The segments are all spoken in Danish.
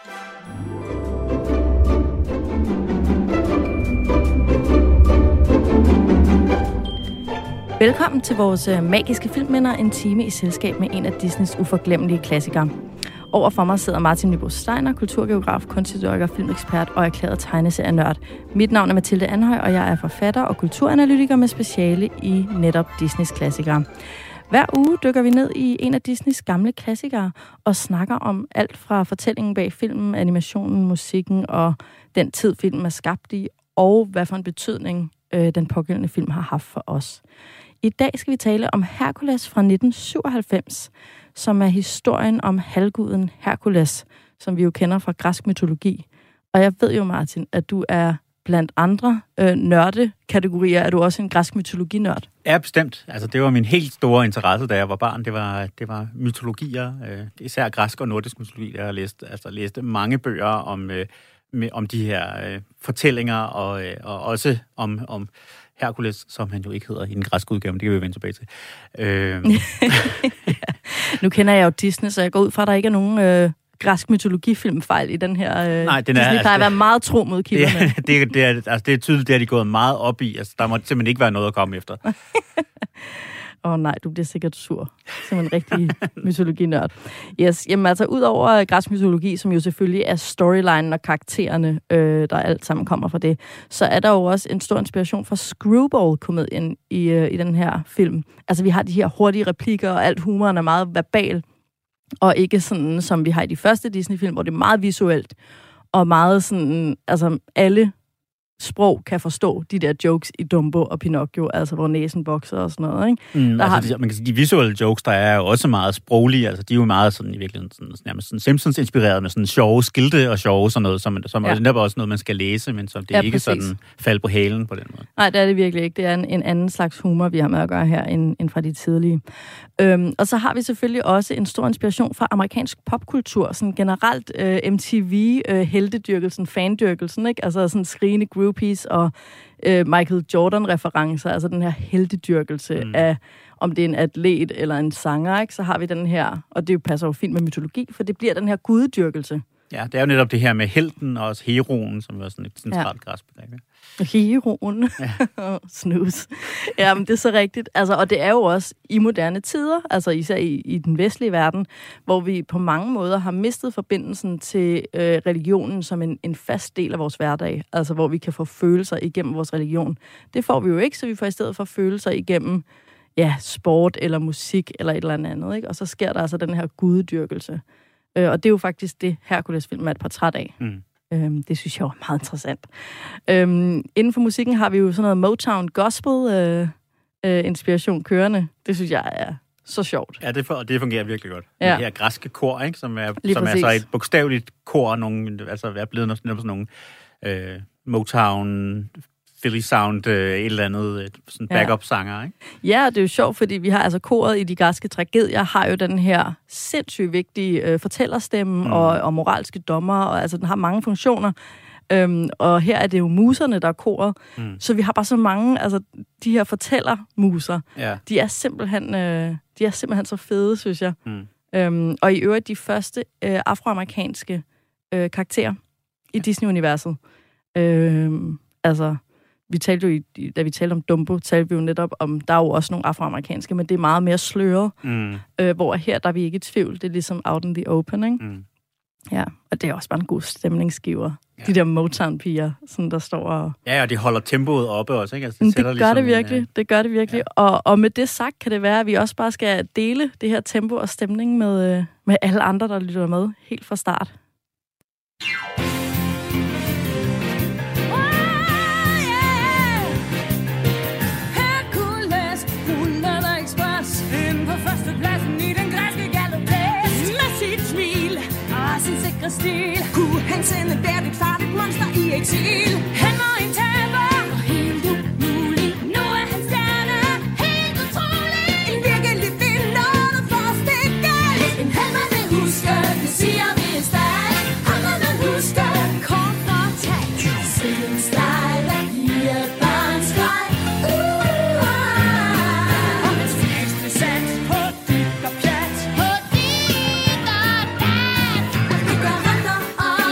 Velkommen til vores magiske filmminder, en time i selskab med en af Disneys uforglemmelige klassikere. Over for mig sidder Martin Nybo Steiner, kulturgeograf, kunsthistoriker, filmekspert og erklæret tegneserienørd. Mit navn er Mathilde Anhøj, og jeg er forfatter og kulturanalytiker med speciale i netop Disneys klassikere. Hver uge dykker vi ned i en af Disneys gamle klassikere og snakker om alt fra fortællingen bag filmen, animationen, musikken og den tid, filmen er skabt i, og hvad for en betydning den pågældende film har haft for os. I dag skal vi tale om Hercules fra 1997, som er historien om halvguden Hercules, som vi jo kender fra græsk mytologi. Og jeg ved jo, Martin, at du er blandt andre nørdekategorier. Er du også en græsk mytologinørd? Ja, bestemt. Altså, det var min helt store interesse, da jeg var barn. Det var mytologier, især græsk og nordisk mytologi. Jeg har læst mange bøger om de her fortællinger, og også om Hercules, som han jo ikke hedder i den græske udgave, men det kan vi vende tilbage til. Ja. Nu kender jeg jo Disney, så jeg går ud fra, at der ikke er nogen græsk mytologifilmfejl i den her. Nej, den Disney plejer at være meget tro mod kilderne. Det er tydeligt, det har de gået meget op i. Altså, der må simpelthen ikke være noget at komme efter. Nej, du bliver sikkert sur. Som en rigtig mytologinørd. Yes, jamen altså, ud over græsk mytologi, som jo selvfølgelig er storylinen og karaktererne, der alt sammen kommer fra det, så er der jo også en stor inspiration fra Screwball-komedien i den her film. Altså, vi har de her hurtige replikker, og alt humoren er meget verbal, og ikke sådan, som vi har i de første Disney-film, hvor det er meget visuelt, og meget sådan, altså alle sprog kan forstå de der jokes i Dumbo og Pinocchio, altså hvor næsen vokser og sådan noget, ikke? Man kan sige, de visuelle jokes, der er jo også meget sproglige, altså de er jo meget sådan i virkeligheden sådan, nærmest sådan Simpsons-inspireret med sådan sjove skilte og sjove sådan noget, som er netop også noget, man skal læse, men som det er ikke sådan fald på halen på den måde. Nej, det er det virkelig ikke. Det er en anden slags humor, vi har med at gøre her, end fra de tidlige. Og så har vi selvfølgelig også en stor inspiration fra amerikansk popkultur, sådan generelt MTV, heltedyrkelsen, fandyrkelsen, ikke? Altså sådan skrigende groupies og Michael Jordan-referencer, altså den her heltedyrkelse af, om det er en atlet eller en sanger, ikke? Så har vi den her, og det passer jo fint med mytologi, for det bliver den her gudedyrkelse. Ja, det er jo netop det her med helten og også heroen, som er sådan et centralt græsbegreb. Heroen. Ja. Snus. Ja, men det er så rigtigt. Altså, og det er jo også i moderne tider, altså især i den vestlige verden, hvor vi på mange måder har mistet forbindelsen til religionen som en fast del af vores hverdag. Altså, hvor vi kan få følelser igennem vores religion. Det får vi jo ikke, så vi får i stedet for følelser igennem sport eller musik eller et eller andet, ikke? Og så sker der altså den her gudedyrkelse. Og det er jo faktisk det, Hercules-film er et portræt af. Det synes jeg er meget interessant. Inden for musikken har vi jo sådan noget Motown gospel-inspiration kørende. Det synes jeg er så sjovt. Ja, det fungerer virkelig godt. Ja. Det her græske kor, ikke? Som er så et bogstaveligt kor, altså er blevet sådan nogle Motown Philly Sound, et eller andet sådan backup-sanger, ikke? Ja, det er jo sjovt, fordi vi har altså koret i de græske tragedier, har jo den her sindssygt vigtige fortællerstemme og moralske dommer, og altså den har mange funktioner. Og her er det jo muserne, der er koret. Så vi har bare så mange, altså de her fortællermuser, de er simpelthen så fede, synes jeg. Og i øvrigt de første afroamerikanske karakterer i Disney-universet. Altså, vi talte jo da vi talte om Dumbo, talte vi jo netop om, der er jo også nogle afroamerikanske, men det er meget mere sløret. Hvor her, der er vi ikke i tvivl. Det er ligesom out in the open, ikke? Ja, og det er også bare en god stemningsgiver. Ja. De der Motown-piger, sådan der står og... Ja, og de holder tempoet oppe også, ikke? Altså, det gør ligesom det virkelig, det gør det virkelig. Ja. Og med det sagt kan det være, at vi også bare skal dele det her tempo og stemning med alle andre, der lytter med helt fra start. Stil. Kunne han sende hvert et farligt monster i eksil? Han var en taber og helt umulig. Nu er han stjerne, helt utrolig. En virkelig vinder, der får os det galt. En han man vil huske, det siger vi er stærk. Han man vil huske, kort fortalt. Sin style, der giver barns grej. Og hans fleste sat på dit og pjat. På dit og dat.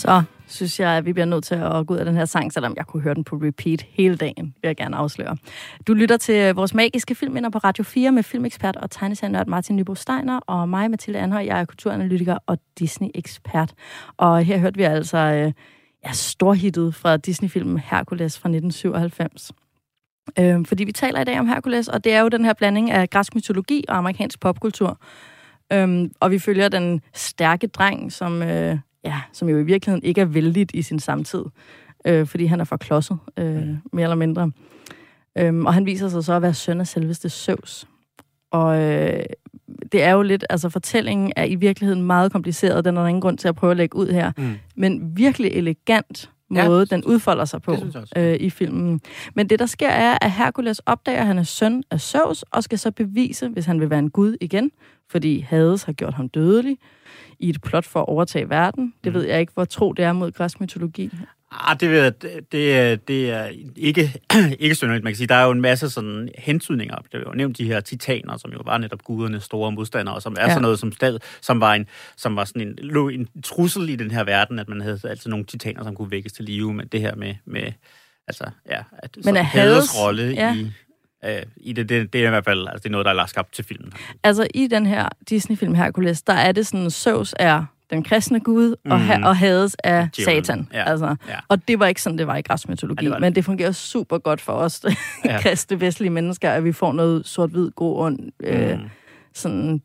Så synes jeg, at vi bliver nødt til at gå ud af den her sang, selvom jeg kunne høre den på repeat hele dagen, vil jeg gerne afsløre. Du lytter til vores magiske filmminder på Radio 4 med filmekspert og tegneserienørd Martin Nybo Steiner, og mig, Mathilde Anhøj, jeg er kulturanalytiker og Disney-ekspert. Og her hørte vi altså storhittet fra Disney-filmen Hercules fra 1997. Fordi vi taler i dag om Hercules, og det er jo den her blanding af græsk mytologi og amerikansk popkultur. Og vi følger den stærke dreng, som jo i virkeligheden ikke er vældigt i sin samtid, fordi han er for klodset, mere eller mindre. Og han viser sig så at være søn af selveste Zeus. Og det er jo lidt, altså fortællingen er i virkeligheden meget kompliceret, den er der ingen grund til at prøve at lægge ud her, men virkelig elegant måde, den udfolder sig på i filmen. Men det, der sker, er, at Hercules opdager, at han er søn af Zeus, og skal så bevise, hvis han vil være en gud igen, fordi Hades har gjort ham dødelig, i et plot for at overtage verden. Det ved jeg ikke, hvor tro det er mod græsk mytologi. Det er ikke synderligt. Man kan sige, der er jo en masse sådan hentydninger. Det er jo nævnt de her titaner, som jo var netop gudernes store modstandere, og som er sådan noget som var sådan en trussel i den her verden, at man havde altid nogle titaner, som kunne vækkes til live, men det her med Hades rolle i det er i hvert fald det er noget, der er lagt skabt til filmen. Altså i den her Disney-film Hercules, der er det sådan, Zeus er den kristne gud, og Hades er Satan. Ja. Og det var ikke sådan, det var i græsk mytologi, men det fungerer super godt for os, kristne vestlige mennesker, at vi får noget sort-hvid, god sådan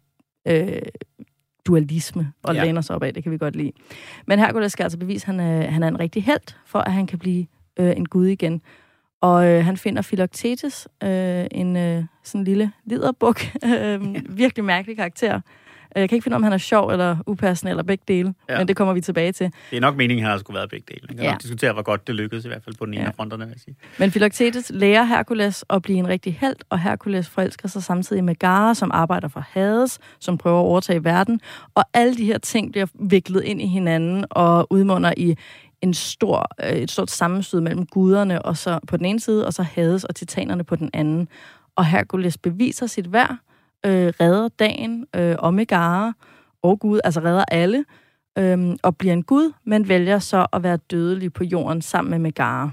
dualisme og læner sig op af. Det kan vi godt lide. Men Hercules skal altså bevise, at han er en rigtig helt, for at han kan blive en gud igen. Og han finder Philoktetes, en sådan lille liderbuk, virkelig mærkelig karakter. Jeg kan ikke finde ud af, om han er sjov eller upassende eller begge dele, men det kommer vi tilbage til. Det er nok meningen, at han skulle være begge dele. Man kan nok diskutere, hvor godt det lykkedes, i hvert fald på den ene af fronterne, vil jeg sige. Men Philoktetes lærer Hercules at blive en rigtig helt, og Hercules forelsker sig samtidig med Megara, som arbejder for Hades, som prøver at overtage verden. Og alle de her ting bliver viklet ind i hinanden og udmunder i et stort sammenstød mellem guderne og så på den ene side, og så Hades og titanerne på den anden. Og Hercules beviser sit værd, redder dagen og Megara og Gud, altså redder alle, og bliver en gud, men vælger så at være dødelig på jorden sammen med Megara.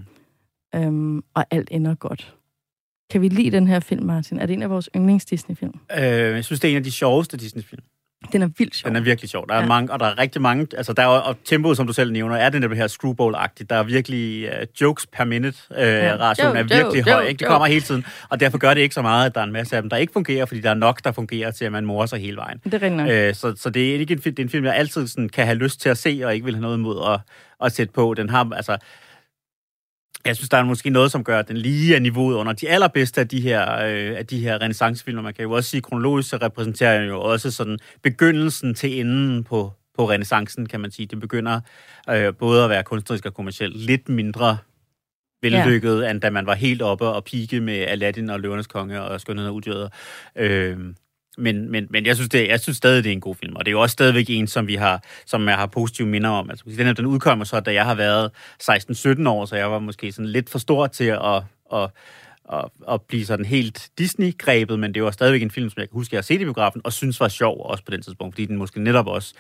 Og alt ender godt. Kan vi lide den her film, Martin? Er det en af vores yndlings Disney-film? Jeg synes, det er en af de sjoveste Disney-film. Den er vildt sjov. Den er virkelig sjov. Der er mange, og der er rigtig mange, altså der er og tempoet, som du selv nævner, er det her screwball-agtigt. Der er virkelig jokes per minute. Rationen er virkelig høj. Ikke? Det kommer hele tiden, og derfor gør det ikke så meget, at der er en masse af dem, der ikke fungerer, fordi der er nok, der fungerer til, at man morer sig hele vejen. Det er så det er ikke en film, jeg altid sådan, kan have lyst til at se, og ikke vil have noget imod at sætte på. Den har, altså, jeg synes, der er måske noget, som gør den lige af niveauet under de allerbedste af de her renæssancefilmer. Man kan jo også sige, kronologisk så repræsenterer jo også sådan begyndelsen til enden på renæssancen, kan man sige. Det begynder både at være kunstnerisk og kommercielt lidt mindre vellykket, end da man var helt oppe og pike med Aladdin og Løvernes Konge og Skønheden og Udyret. Men jeg synes stadig, det er en god film, og det er jo også stadigvæk en, som jeg har positive minder om. Altså, den udkommer så, da jeg har været 16-17 år, så jeg var måske sådan lidt for stor til at blive sådan helt Disney-grebet, men det var stadigvæk en film, som jeg kan huske, jeg har set i biografen, og synes var sjov også på den tidspunkt, fordi den måske netop også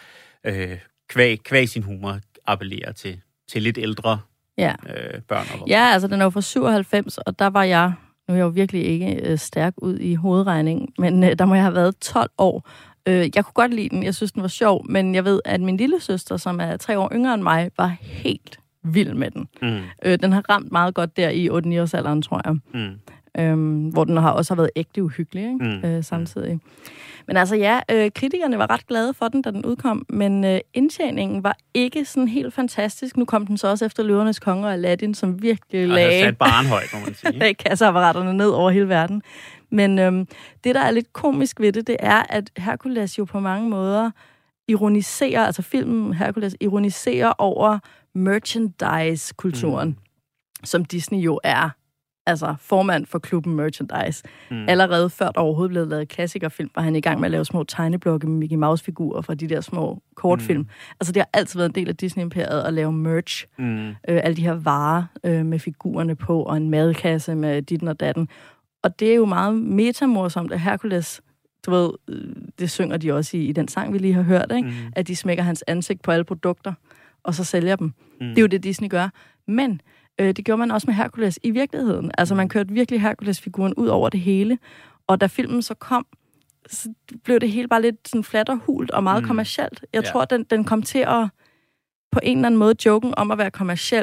kvæg sin humor appellerer til lidt ældre børn. Ja, altså den er jo fra 97, og der var jeg... Nu er jeg jo virkelig ikke stærk ud i hovedregning, men der må jeg have været 12 år. Jeg kunne godt lide den, jeg synes, den var sjov, men jeg ved, at min lille søster, som er 3 år yngre end mig, var helt vild med den. Den har ramt meget godt der i 8-9-årsalderen, tror jeg. Hvor den også har været ægte uhyggelig, ikke? Samtidig. Men altså kritikerne var ret glade for den, da den udkom, men indtjeningen var ikke sådan helt fantastisk. Nu kom den så også efter Løvernes Konge og Aladdin, som virkelig lagde... sat barren højt, må man sige. kasseapparaterne ned over hele verden. Men det, der er lidt komisk ved det, det er, at Hercules jo på mange måder ironiserer, altså filmen Hercules ironiserer over merchandise-kulturen, som Disney jo er. Altså formand for klubben Merchandise. Allerede før der overhovedet blev lavet klassikerfilm, var han i gang med at lave små tegneblokke med Mickey Mouse-figurer fra de der små kortfilm. Altså det har altid været en del af Disney-imperiet at lave merch. Alle de her varer med figurerne på, og en madkasse med ditten og datten. Og det er jo meget metamorsomt, at Hercules, du ved, det synger de også i den sang, vi lige har hørt, ikke? At de smækker hans ansigt på alle produkter. og så sælger dem. Det er jo det, Disney gør. Men det gjorde man også med Hercules i virkeligheden. Altså, man kørte virkelig Hercules-figuren ud over det hele. Og da filmen så kom, så blev det hele bare lidt sådan fladt og hult og meget kommercielt. Jeg tror, den kom til at på en eller anden måde, joken om at være kommerciel,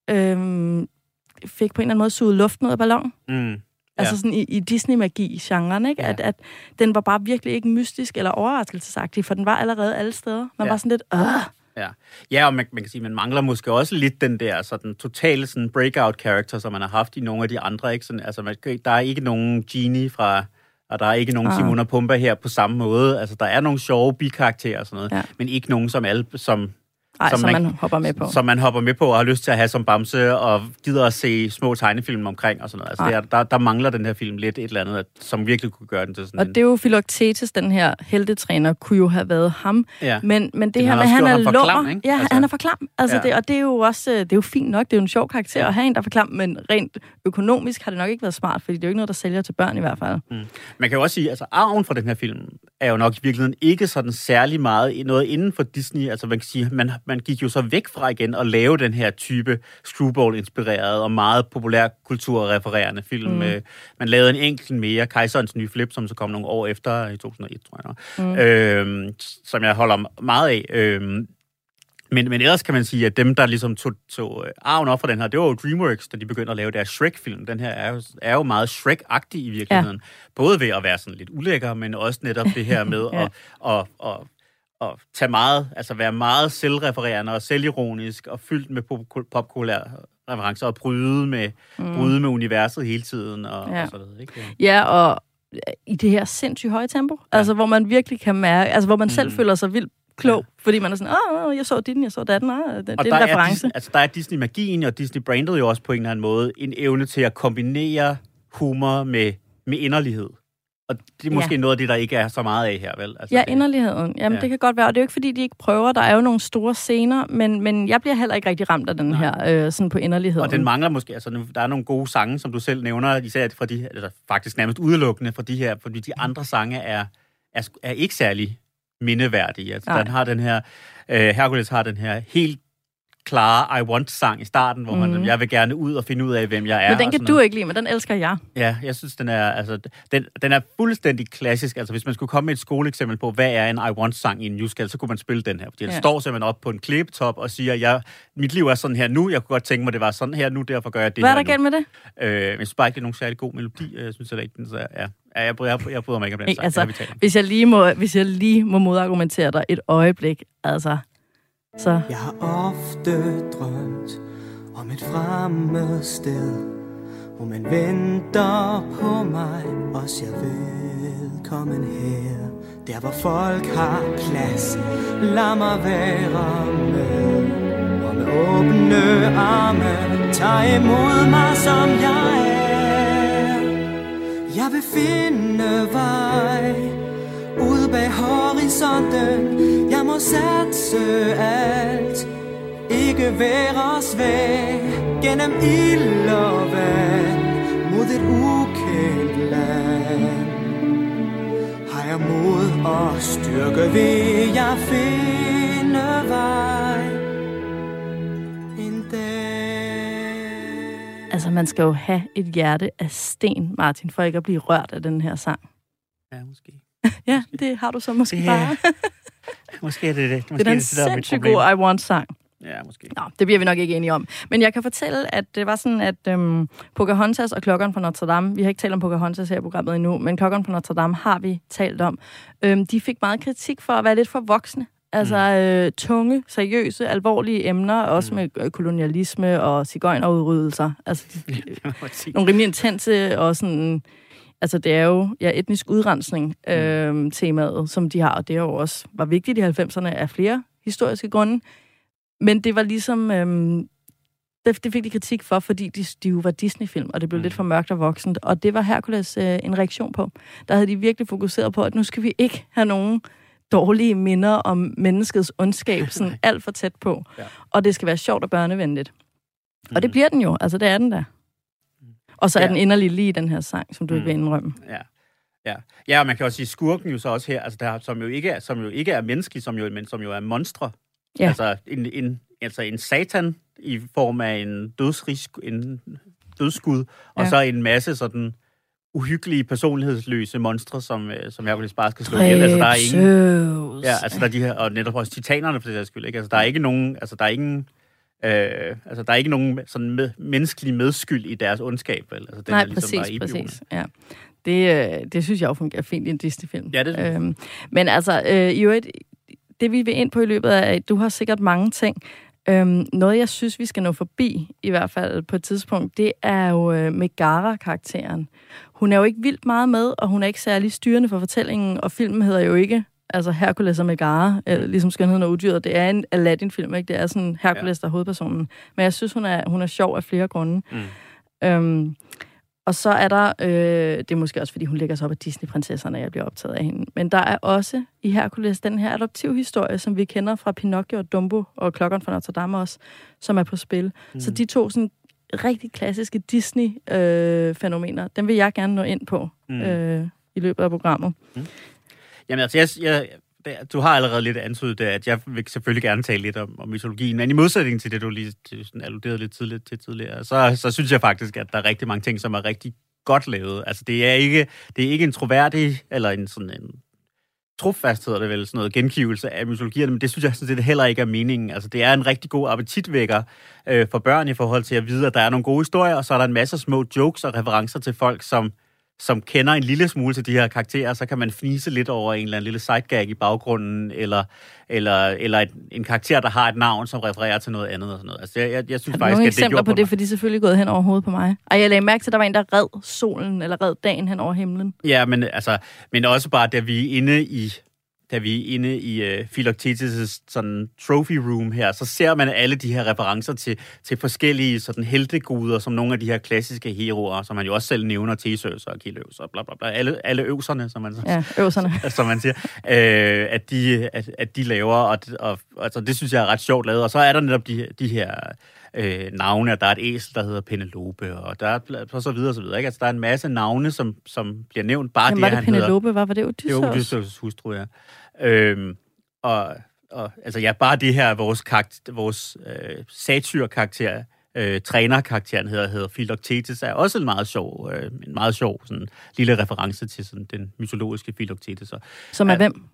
fik på en eller anden måde suget luften ud af ballonen. Altså sådan i Disney-magi-genren, ikke? Ja. At den var bare virkelig ikke mystisk eller overraskelsesagtig, for den var allerede alle steder. Man var sådan lidt, Ja, og man kan sige, man mangler måske også lidt den der sådan totale sådan breakout-character, som man har haft i nogle af de andre, ikke? Sådan, altså, der er ikke nogen Genie fra... Og der er ikke nogen Timon og Pumba her på samme måde. Altså, der er nogle sjove bikarakterer og sådan noget, men ikke nogen som alle, som man hopper med på. Som man hopper med på og har lyst til at have som bamse og gider at se små tegnefilm omkring og sådan noget. Altså, der mangler den her film lidt et eller andet, som virkelig kunne gøre den til sådan og det er jo Philoktetes, den her heltetræner, kunne jo have været ham. Ja. Men det her med, han er lummer. Ja, altså, han er for klam. Altså, og det er jo også, det er jo fint nok, det er jo en sjov karakter at have en, der er for klam, men rent økonomisk har det nok ikke været smart, fordi det er jo ikke noget, der sælger til børn i hvert fald. Man kan jo også sige, altså arven fra den her film er jo nok i virkeligheden ikke sådan særlig meget noget inden for Disney. Altså man kan sige, man gik jo så væk fra igen at lave den her type screwball-inspireret og meget populær kulturrefererende film. Man lavede en enkelt mere, Kejserens nye flip, som så kom nogle år efter, i 2001, tror jeg, som jeg holder meget af. Men ellers kan man sige, at dem, der ligesom tog arven op for den her, det var jo DreamWorks, da de begyndte at lave deres Shrek-film. Den her er jo meget Shrek-agtig i virkeligheden. Ja. Både ved at være sådan lidt ulækker, men også netop det her med at tage meget, altså være meget selvrefererende og selvironisk og fyldt med popkulære referencer og bryde med universet hele tiden og sådan noget, ikke? Ja, og i det her sindssygt høje tempo, altså hvor man virkelig kan mærke, altså hvor man selv føler sig vildt klog, fordi man er sådan, jeg så din, jeg så datten, det er en reference. Der er Disney-magien, og Disney-brandet jo også på en eller anden måde en evne til at kombinere humor med inderlighed. Og det er måske noget af det, der ikke er så meget af her, vel? Altså, inderligheden. Jamen, det kan godt være. Og det er jo ikke, fordi de ikke prøver. Der er jo nogle store scener, men jeg bliver heller ikke rigtig ramt af den her sådan på inderligheden. Og den mangler måske, altså der er nogle gode sange, som du selv nævner, især fra de, altså faktisk nærmest udelukkende fra de her, fordi de andre sange er ikke særlig mindeværdige. Altså, den har den her, Hercules har den her helt klare I Want-sang i starten, hvor man, jeg vil gerne ud og finde ud af, hvem jeg er. Men den kan du ikke lide, men den elsker jeg. Ja, jeg synes, den er fuldstændig klassisk. Altså, hvis man skulle komme med et skoleeksempel på, hvad er en I Want-sang i en musical, så kunne man spille den her. Fordi den står simpelthen op på en klippetop og siger, mit liv er sådan her nu, jeg kunne godt tænke mig, det var sådan her nu, derfor gør jeg det. Hvad er der galt med det? Jeg synes bare ikke, det er nogen særlig god melodi. Jeg synes heller ikke, den så jeg bryder mig ikke om den sang. Altså, hvis jeg lige må modargumentere dig et øjeblik, altså... Så. Jeg har ofte drømt om et fremmed sted, hvor man venter på mig og siger velkommen her. Der hvor folk har plads, lad mig være med. Og med åbne arme, tag imod mig som jeg er. Jeg vil finde vej ude bag horisonten. Jeg må satse alt, ikke være svag. Gennem ild og vand, mod et ukendt land. Har jeg mod og styrke, vil jeg finde vej en dag. Altså, man skal jo have et hjerte af sten, Martin, for ikke at blive rørt af den her sang. Ja, måske. Ja, det har du så måske bare. Måske er det det. Måske det er en sindssygt god I Want-sang. Ja, måske. Nå, det bliver vi nok ikke enige om. Men jeg kan fortælle, at det var sådan, at Pocahontas og Klokkeren på Notre Dame, vi har ikke talt om Pocahontas her i programmet endnu, men Klokkeren på Notre Dame har vi talt om. De fik meget kritik for at være lidt for voksne. Altså tunge, seriøse, alvorlige emner, også med kolonialisme og sigøjnerudryddelser. Altså nogle rimelig intense og sådan... Altså, det er jo etnisk udrensning, temaet, som de har, og det er jo også var vigtigt i 90'erne af flere historiske grunde. Men det var ligesom... det fik de kritik for, fordi de jo var Disney-film, og det blev lidt for mørkt og voksent. Og det var Hercules en reaktion på. Der havde de virkelig fokuseret på, at nu skal vi ikke have nogen dårlige minder om menneskets ondskab, sådan alt for tæt på. Ja. Og det skal være sjovt og børnevenligt. Og det bliver den jo, altså det er den der. Og så er den inderlig lige den her sang, som du ikke vil indrømme. Ja, og man kan også sige, skurken jo så også her, altså der, som jo ikke er menneskelig, men som jo er monstre. Ja. Altså en satan i form af en dødsskud, og så en masse sådan uhyggelige, personlighedsløse monstre, som Hercules bare skal slå ihjel. Altså, der er ingen... Ja, altså, der er de her, og netop også titanerne, for det der skyld, ikke? Altså, der er ikke nogen... Altså, der er ikke nogen sådan menneskelig medskyld i deres ondskab, vel? Altså, den nej, er ligesom præcis. Ja. Det synes jeg jo fungerer fint i en Disney-film. Ja, det men altså, i øvrigt, det vi vil ind på i løbet af, du har sikkert mange ting. Noget, jeg synes, vi skal nå forbi, i hvert fald på et tidspunkt, det er jo Megara-karakteren. Hun er jo ikke vildt meget med, og hun er ikke særlig styrende for fortællingen, og filmen hedder jo ikke altså Hercules og Megara, ligesom Skønheden og Udyret. Det er en Aladdin-film, ikke? Det er sådan Hercules, der er hovedpersonen. Men jeg synes, hun er sjov af flere grunde. Og så er der, det er måske også, fordi hun lægger sig op af Disney-prinsesserne, jeg bliver optaget af hende. Men der er også i Hercules den her adoptivhistorie, som vi kender fra Pinocchio og Dumbo og Klokkeren fra Notre Dame også, som er på spil. Så de to sådan rigtig klassiske Disney-fænomener, dem vil jeg gerne nå ind på i løbet af programmet. Jamen altså, du har allerede lidt antydet det, at jeg vil selvfølgelig gerne tale lidt om mytologien, men i modsætning til det, du lige sådan alluderede lidt tidligere, så synes jeg faktisk, at der er rigtig mange ting, som er rigtig godt lavet. Altså, det er ikke en troværdig, eller en sådan en trofast, hedder det vel, sådan noget gengivelse af mytologierne, men det synes jeg sådan set heller ikke er meningen. Altså, det er en rigtig god appetitvækker for børn i forhold til at vide, at der er nogle gode historier, og så er der en masse små jokes og referencer til folk, som kender en lille smule til de her karakterer, så kan man fnise lidt over en eller anden lille sidegag i baggrunden, eller en karakter, der har et navn, som refererer til noget andet og sådan noget. Altså, jeg synes faktisk, at det eksempler på det, for de er selvfølgelig gået hen over hovedet på mig. Og jeg lagde mærke til, at der var en, der red solen, eller red dagen hen over himlen. Ja, men også bare, da vi er inde i Philoctetes' sådan trophy room her, så ser man alle de her referencer til forskellige sådan helteguder, som nogle af de her klassiske heroer, som man jo også selv nævner, Theseus og Achilleus og bla bla bla, alle øvserne, som man som man siger, at de laver, og altså, det synes jeg er ret sjovt lavet. Og så er der netop de her navne, at der er et æsel, der hedder Penelope, og der er og så videre, ikke? Altså, der er en masse navne, som bliver nævnt. Bare jamen, var det Penelope? Var det Odysseus? Jo, Odysseus hustru, ja. Og altså, ja, bare det her, vores satyrkarakter, trænerkarakteren hedder Philoctetes, er også en meget sjov sådan, lille reference til sådan, den mytologiske Philoctetes. Som er hvem?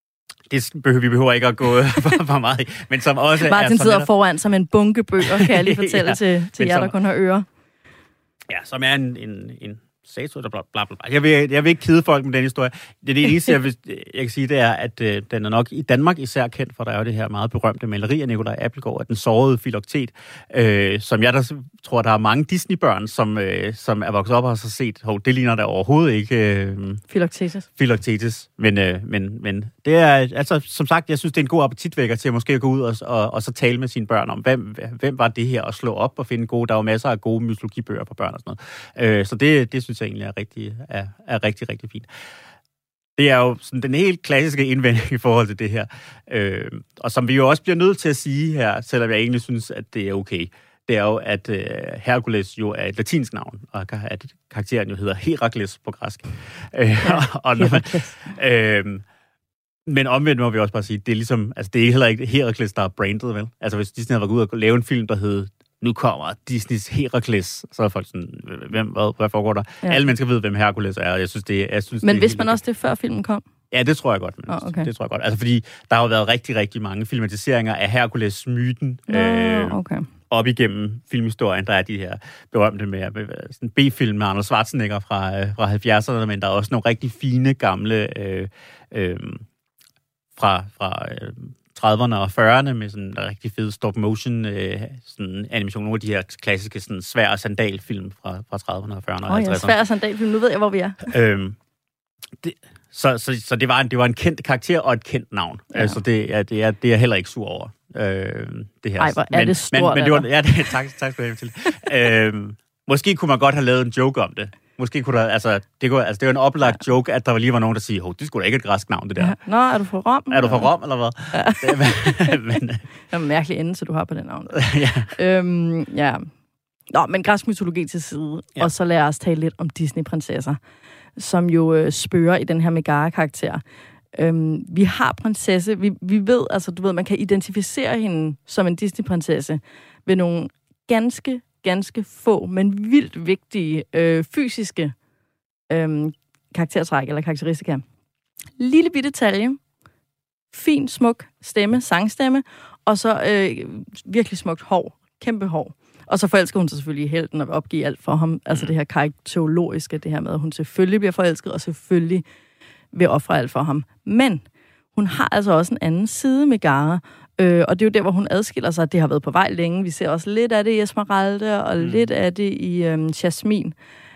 Vi behøver ikke at gå for meget i, men som også Martin sidder foran som en bunke bøger, kan jeg lige fortælle til jer, der kun har ører. Ja, som er en satyr, der bla bla bla. Jeg vil ikke kede folk med den historie. Det eneste, jeg kan sige, det er, at den er nok i Danmark især kendt, for der er jo det her meget berømte maleri af Nikolaj Appelgaard, af den sårede Philoktet, som jeg der tror, der er mange Disney-børn, som er vokset op og har så set, det ligner der overhovedet ikke Philoktetes. Men det er, altså, som sagt, jeg synes, det er en god appetitvækker til at måske gå ud og så tale med sine børn om, hvem var det her, og slå op og finde gode. Der er jo masser af gode mytologibøger for børn og sådan noget. Så det synes jeg egentlig er rigtig, rigtig fint. Det er jo sådan den helt klassiske indvending i forhold til det her. Og som vi jo også bliver nødt til at sige her, selvom jeg egentlig synes, at det er okay, det er jo, at Hercules jo er et latinsk navn, og at karakteren jo hedder Herakles på græsk. Men omvendt må vi også bare sige, det er ligesom, altså det er heller ikke Herakles, der er brandet, vel? Altså hvis Disney havde været ude og lave en film, der hed nu kommer Disneys Herakles, så er folk sådan, hvad foregår der? Ja. Alle mennesker ved, hvem Hercules er, og jeg synes, men vidste man også det, før filmen kom? Ja, det tror jeg godt. Okay. Det tror jeg godt. Altså, fordi der har jo været rigtig, rigtig mange filmatiseringer af Hercules-myten op igennem filmhistorien. Der er de her berømte med sådan B-film med Arnold Schwarzenegger fra 70'erne, men der er også nogle rigtig fine gamle fra 30'erne og 40'erne med sådan en rigtig fed stop-motion sådan animation. Nogle af de her klassiske sådan svær sandalfilm fra 30'erne og 40'erne og 50'erne. Svær sandalfilm. Nu ved jeg, hvor vi er. Så det var en kendt karakter og et kendt navn. Ja. Altså det er jeg heller ikke sur over. Det her. Ej, hvor er det stort. Men det var, tak skal du have til. Måske kunne man godt have lavet en joke om det. Måske kunne der, det var en oplagt joke, at der lige var nogen, der siger, det skulle da ikke et græsk navn, det der. Ja. Nå, er du fra Rom? Er du fra Rom, eller hvad? Ja. Det er en mærkelig endelse, du har på den navn. Ja. Nå, men græsk mytologi til side, og så lad os tale lidt om Disney-prinsesser, som jo spørger i den her Megara-karakter. Vi har prinsesse, vi ved, altså du ved, man kan identificere hende som en Disney-prinsesse ved nogle ganske få, men vildt vigtige fysiske karaktertræk eller karakteristika. Lille bitte detalje, fin, smuk stemme, sangstemme, og så virkelig smukt hår, kæmpe hår. Og så forelsker hun sig selvfølgelig i helten og vil opgive alt for ham. Altså det her karakterologiske, det her med, at hun selvfølgelig bliver forelsket, og selvfølgelig vil ofre alt for ham. Men hun har altså også en anden side med Megara, og det er jo der, hvor hun adskiller sig. Det har været på vej længe. Vi ser også lidt af det i Esmeralda, og lidt af det i Jasmin.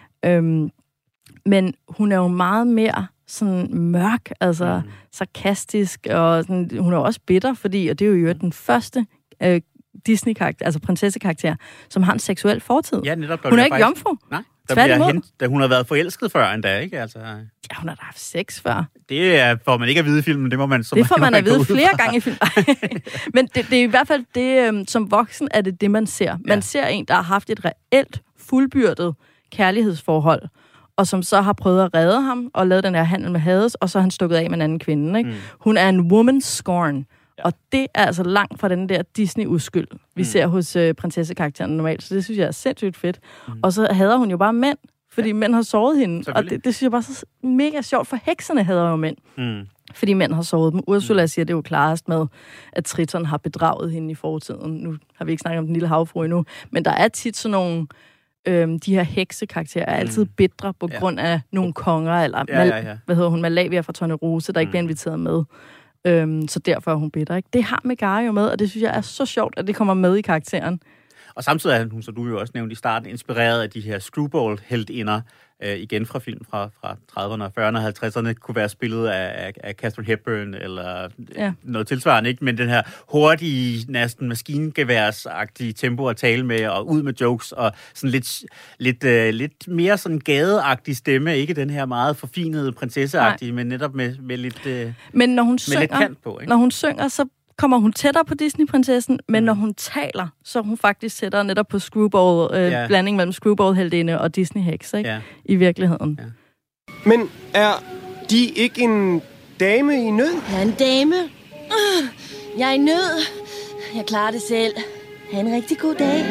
Men hun er jo meget mere sådan mørk, altså sarkastisk, og sådan, hun er også bitter, fordi, og det er jo den første Disney-karakter, altså prinsessekarakter, som har en seksuel fortid. Ja, netop. Hun er ikke jomfru. Nej. Tværtimod. Hun har været forelsket før endda, ikke? Altså, ja, hun har da haft sex før. Det får man ikke at vide i filmen, det må man... Det får man at vide flere gange i filmen. Men det er i hvert fald det, som voksen er det man ser. Man ser en, der har haft et reelt, fuldbyrdet kærlighedsforhold, og som så har prøvet at redde ham, og lavet den her handel med Hades, og så har han stukket af med en anden kvinde. Ikke? Hun er en woman scorn. Ja. Og det er altså langt fra den der Disney-uskyld, vi ser hos prinsessekarakteren normalt. Så det synes jeg er sindssygt fedt. Og så hader hun jo bare mænd, fordi mænd har såret hende. Og det synes jeg bare så mega sjovt, for hekserne hader jo mænd. Fordi mænd har såret dem. Ursula siger det jo klarest med, at Triton har bedraget hende i fortiden. Nu har vi ikke snakket om den lille havfru endnu. Men der er tit sådan nogle... de her heksekarakterer er altid bitre på grund af nogle konger, eller hvad hedder hun, Malavia fra Tornerose, der ikke bliver inviteret med. Så derfor er hun bitter, ikke? Det har Megara jo med, og det synes jeg er så sjovt, at det kommer med i karakteren. Og samtidig er hun, som du jo også nævnte i starten, inspireret af de her screwball-heltinder, igen fra film fra 30'erne, 40'erne og 50'erne, kunne være spillet af Katharine Hepburn, eller noget tilsvarende, ikke? Men den her hurtige, næsten maskingeværsagtige tempo at tale med, og ud med jokes, og sådan lidt mere sådan gadeagtig stemme, ikke den her meget forfinede prinsesseagtige, men netop med lidt, men når hun synger, lidt kant på, ikke? Når hun synger, så kommer hun tættere på Disney-prinsessen, men når hun taler, så er hun faktisk tættere netop på screwball, blanding mellem screwball-heldinde og Disney-heks, ikke? I virkeligheden. Ja. Men er de ikke en dame i nød? Jeg er en dame. Jeg er i nød. Jeg klarer det selv. Ha' en rigtig god dag.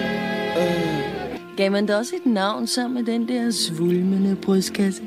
Gav man da også et navn sammen med den der svulmende brystkasse?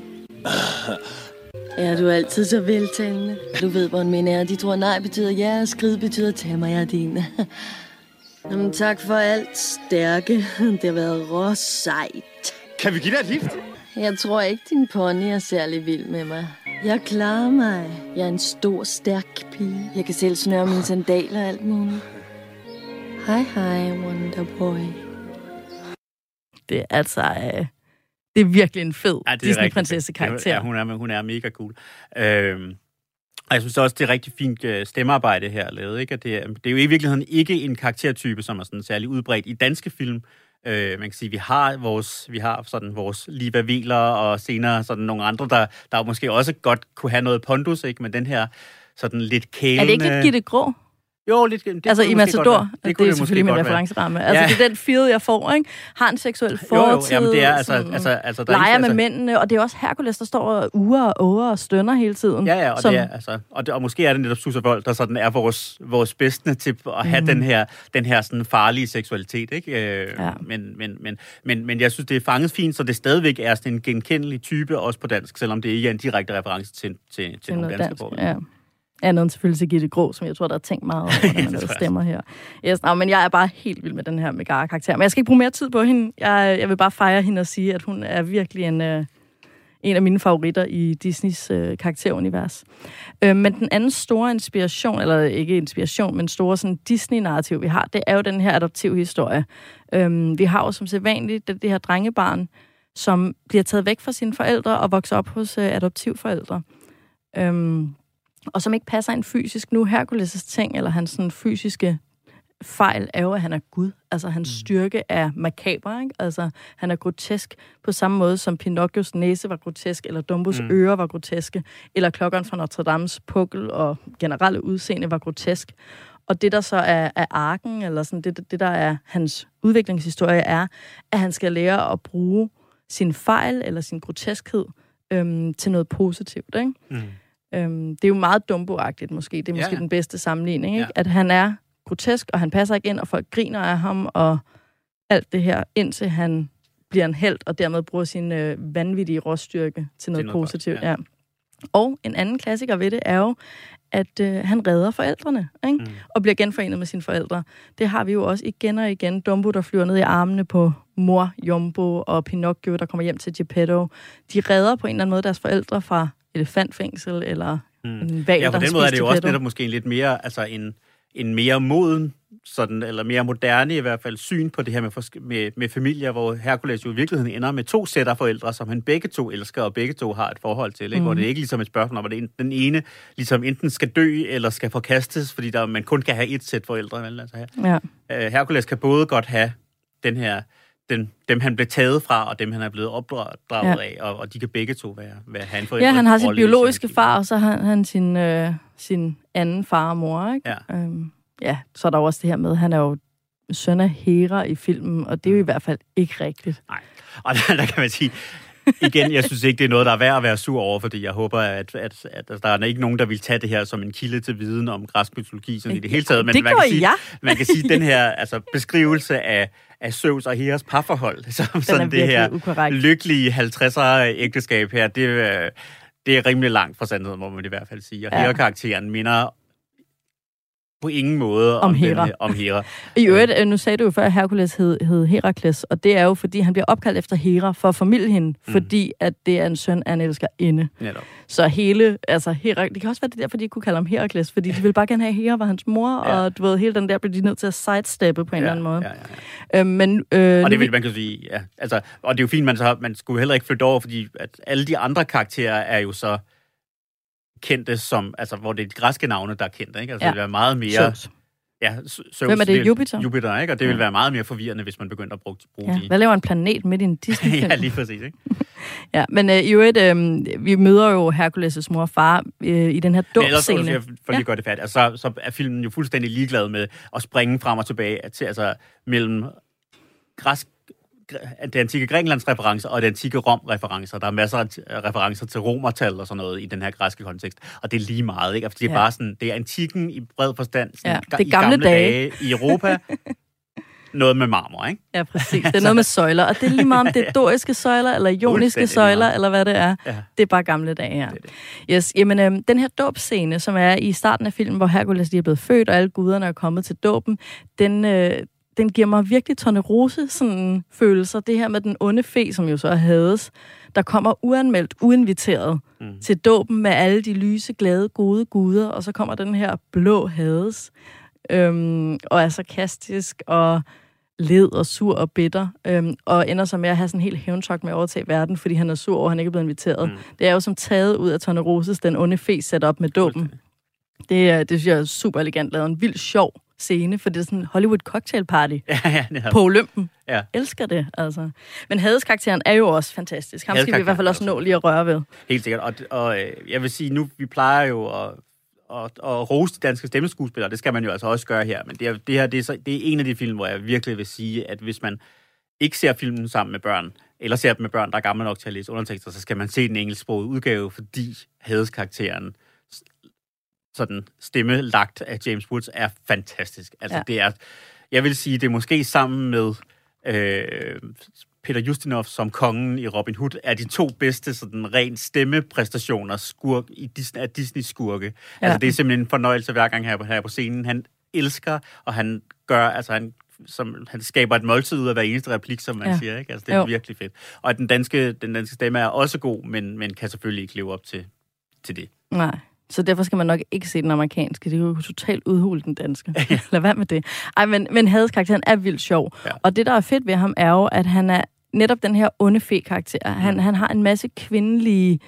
Er du altid så veltalende? Du ved, hvor en mænd er. De tror, nej betyder ja, og skrid betyder tag mig, jeg er din. Jamen, tak for alt, stærke. Det har været råsejt. Kan vi give dig et lift? Jeg tror ikke, din pony er særlig vild med mig. Jeg klarer mig. Jeg er en stor, stærk pige. Jeg kan selv snøre mine sandaler og alt muligt. Hej, Wonderboy. Det er altså... Det er virkelig en fed Disney-prinsesse-karakter. Ja, hun er mega cool. Og jeg synes også, det er rigtig fint stemmearbejde her lavet. Ikke? Det er jo i virkeligheden ikke en karaktertype, som er sådan særlig udbredt i danske film. Man kan sige, vi har sådan vores Liva Wieler og senere sådan nogle andre, der måske også godt kunne have noget pondus, ikke? Men den her sådan lidt kælende... Er det ikke lidt Gitte Grå? Jo, lidt. Det altså i Matador, det er selvfølgelig min referenceramme. Altså det er den feel, jeg får, ikke? Har en seksuel fortid, jamen det er altså der leger med mændene, og det er også Hercules, der står og uger og stønner hele tiden. Ja, og det er altså, og måske er det netop Susse Wold, der sådan er vores bedste til at have den her sådan farlige seksualitet, ikke? Men jeg synes, det er fanget fint, så det stadigvæk er sådan en genkendelig type, også på dansk, selvom det ikke er en direkte reference til nogle danske borgere. Ja. Andet end selvfølgelig til Gitte Grå, som jeg tror, der er tænkt meget over, når man laver stemmer her. Yes, men jeg er bare helt vild med den her Megara-karakter. Men jeg skal ikke bruge mere tid på hende. Jeg vil bare fejre hende og sige, at hun er virkelig en af mine favoritter i Disneys karakterunivers. Men den anden store inspiration, eller ikke inspiration, men store sådan Disney-narrativ, vi har, det er jo den her adoptivhistorie. Vi har jo som sædvanligt det her drengebarn, som bliver taget væk fra sine forældre og vokser op hos adoptivforældre. Og som ikke passer ind fysisk. Nu Hercules' ting, eller hans sådan fysiske fejl, er jo, at han er Gud. Altså, hans styrke er makaber, ikke? Altså, han er grotesk på samme måde, som Pinocchios næse var grotesk, eller Dumbos ører var groteske, eller klokkeren fra Notre Dames pukkel og generelle udseende var grotesk. Og det, der så er arken, eller sådan det, der er hans udviklingshistorie, er, at han skal lære at bruge sin fejl, eller sin groteskhed, til noget positivt, ikke? Det er jo meget Dumbo-agtigt måske. Det er måske den bedste sammenligning, ikke? At han er grotesk, og han passer ikke ind, og folk griner af ham, og alt det her, indtil han bliver en helt, og dermed bruger sin vanvittige råstyrke til noget positivt. Ja. Og en anden klassiker ved det er jo, at han redder forældrene, ikke? Og bliver genforenet med sine forældre. Det har vi jo også igen og igen. Dumbo, der flyver ned i armene på mor Jumbo, og Pinocchio, der kommer hjem til Geppetto. De redder på en eller anden måde deres forældre fra elefantfængsel, eller en val, ja, på den måde er det jo også netop måske en lidt mere, altså en mere moden, sådan, eller mere moderne i hvert fald, syn på det her med familier, hvor Hercules jo i virkeligheden ender med 2 sæt af forældre, som han begge to elsker, og begge to har et forhold til, ikke? Hvor det er ikke ligesom et spørgsmål om, at den ene ligesom enten skal dø, eller skal forkastes, fordi man kun kan have 1 sæt forældre. Vel? Altså her. Ja. Hercules kan både godt have den her, dem han blev taget fra, og dem han er blevet opdraget af, og de kan begge to have en forældre. Ja, han har sin biologiske far, og så har han sin anden far og mor, ikke? Ja. Så er der også det her med, han er jo søn af Hera i filmen, og det er jo i hvert fald ikke rigtigt. Nej, og der kan man sige, igen, jeg synes ikke, det er noget, der er værd at være sur over, fordi jeg håber, at der er ikke nogen, der vil tage det her som en kilde til viden om græsk mytologi, sådan i det hele taget. Men det man kan sige, den her beskrivelse af Zeus og Heras parforhold, som sådan det her ukorrekt. Lykkelige 50'er ægteskab her, det er rimelig langt fra sandheden, må man i hvert fald sige. Og Hera-karakteren minder på ingen måde om Hera. I øvrigt, nu sagde du jo før, at Hercules hed Herakles, og det er jo, fordi han bliver opkaldt efter Hera for at formidle hende, fordi at det er en søn af en elskerinde. Så hele, altså Hera, det kan også være det derfor, de kunne kalde ham Herakles, fordi de ville bare gerne have, Hera var hans mor, og du ved, hele den der blev de nødt til at sidesteppe på en eller anden måde. Og det vil man kan sige, altså, og det er jo fint, man skulle heller ikke flytte over, fordi at alle de andre karakterer er jo så kendte som, altså hvor det er de græske navne, der er kendte, ikke? Altså det vil være meget mere... Zeus. Hvem er det? Jupiter? Jupiter, ikke? Og det vil være meget mere forvirrende, hvis man begynder at bruge de... Hvad laver en planet midt i en Disney-film? Ja, lige præcis, ikke? Ja, men i øvrigt, vi møder jo Hercules' mor og far i den her dåbscene. Men ellers, for lige at gøre det færdigt, altså, så er filmen jo fuldstændig ligeglad med at springe frem og tilbage til, altså mellem det antikke Grækenlands referencer og det antikke Rom-referencer. Der er masser af referencer til romertal og sådan noget i den her græske kontekst. Og det er lige meget, ikke? Altså, det er bare sådan, det er antikken i bred forstand. Sådan, det er gamle dage i Europa. Noget med marmor, ikke? Ja, præcis. Det er noget med søjler. Og det er lige meget om det er doriske søjler, eller ioniske søjler, eller hvad det er. Ja. Det er bare gamle dage, ja. Yes, jamen, den her dåbscene, som er i starten af filmen, hvor Hercules lige er blevet født, og alle guderne er kommet til dåben, den giver mig virkelig Tornerose sådan følelser. Det her med den onde fe, som jo så er Hades, der kommer uanmeldt, uinviteret til dåben med alle de lyse, glade, gode guder, og så kommer den her blå Hades, og er sarkastisk og led og sur og bitter, og ender så med at have sådan en helt hævntok med at overtage verden, fordi han er sur over, at han ikke er blevet inviteret. Det er jo som taget ud af Torneroses, den onde fe, sat op med dåben. Det synes jeg er super elegant lavet. En vild sjov scene, for det er sådan en Hollywood cocktail party på Olympen. Ja. Elsker det, altså. Men Hades-karakteren er jo også fantastisk. Ham skal vi i hvert fald også nå lige at røre ved. Helt sikkert. Og jeg vil sige, nu vi plejer jo at rose de danske stemmeskuespillere. Det skal man jo altså også gøre her. Men det er en af de film, hvor jeg virkelig vil sige, at hvis man ikke ser filmen sammen med børn, eller ser dem med børn, der er gamle nok til at læse undertekster, så skal man se den engelsksprogede udgave, fordi Hades-karakteren sådan stemmelagt af James Woods er fantastisk. Altså det er, jeg vil sige, det er måske sammen med Peter Ustinov som kongen i Robin Hood, er de 2 bedste sådan ren stemmepræstationer af Disney-skurke. Ja. Altså det er simpelthen en fornøjelse hver gang her på scenen. Han elsker, og han gør, altså han skaber et måltid ud af hver eneste replik, som man siger, ikke? Altså det er virkelig fedt. Og den danske stemme er også god, men kan selvfølgelig ikke leve op til det. Nej. Så derfor skal man nok ikke se den amerikanske. Det er jo totalt udhule den danske. Lad være med det. Ej, men Hades-karakteren er vildt sjov. Ja. Og det, der er fedt ved ham, er jo, at han er netop den her onde fe-karakter. Han har en masse kvindelige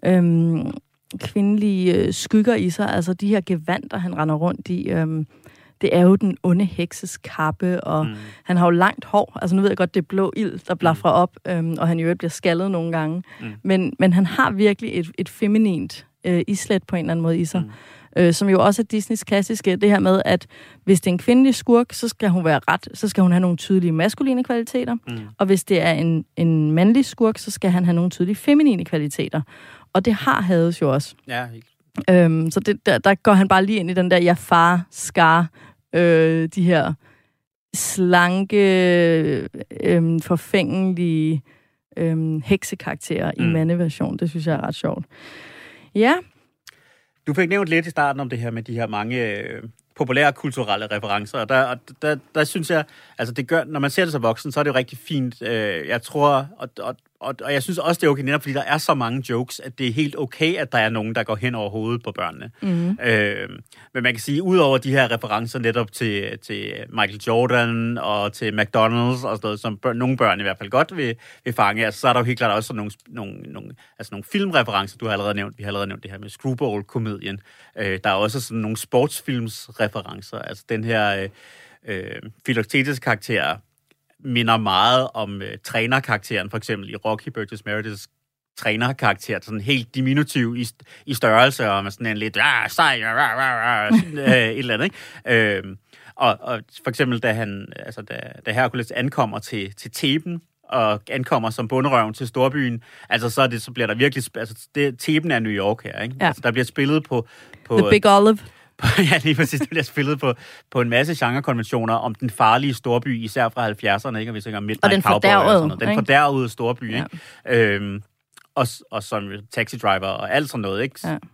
skygger i sig. Altså de her gevanter, han render rundt i. Det er jo den onde hekses kappe, og han har jo langt hår. Altså nu ved jeg godt, det er blå ild, der blafrer op, og han jo bliver skaldet nogle gange. Men han har virkelig et feminint islet på en eller anden måde i sig. Som jo også er Disneys klassiske, det her med, at hvis det er en kvindelig skurk, så skal hun være så skal hun have nogle tydelige maskuline kvaliteter, og hvis det er en mandlig skurk, så skal han have nogle tydelige feminine kvaliteter. Og det har Hades jo også. Ja, Så der går han bare lige ind i den der Jafar-skar, de her slanke, forfængelige heksekarakterer i mandeversion. Det synes jeg er ret sjovt. Ja. Du fik nævnt lidt i starten om det her med de her mange populære kulturelle referencer, og der synes jeg, altså det gør, når man ser det som voksen, så er det jo rigtig fint. Jeg tror, og jeg synes også, det er okay, netop fordi der er så mange jokes, at det er helt okay, at der er nogen, der går hen over hovedet på børnene. Men man kan sige, udover de her referencer netop til Michael Jordan og til McDonald's og sådan noget, som nogle børn i hvert fald godt vil fange, altså, så er der jo helt klart også nogle filmreferencer, du har allerede nævnt. Vi har allerede nævnt det her med Screwball-komedien. Der er også sådan nogle sportsfilmsreferencer. Altså den her Philoctetes karakter minder meget om trænerkarakteren, for eksempel i Rocky Burgess Merediths trænerkarakter, sådan helt diminutiv i størrelse, og med sådan en lidt sej, et eller andet, ikke? Og for eksempel, da Hercules ankommer til Theben, og ankommer som bunderøven til storbyen, altså så bliver der virkelig... Altså, Theben er New York her, ikke? Ja. Altså, der bliver spillet på The Big Olive. Ja, lige præcis. Det bliver spillet på en masse genrekonventioner om den farlige storby, især fra 70'erne, ikke? Og vi tænker Midnight Cowboy og sådan noget. Den fordærvede storby, ja. Ikke? Og som Taxi Driver og alt sådan noget, ikke? Ja.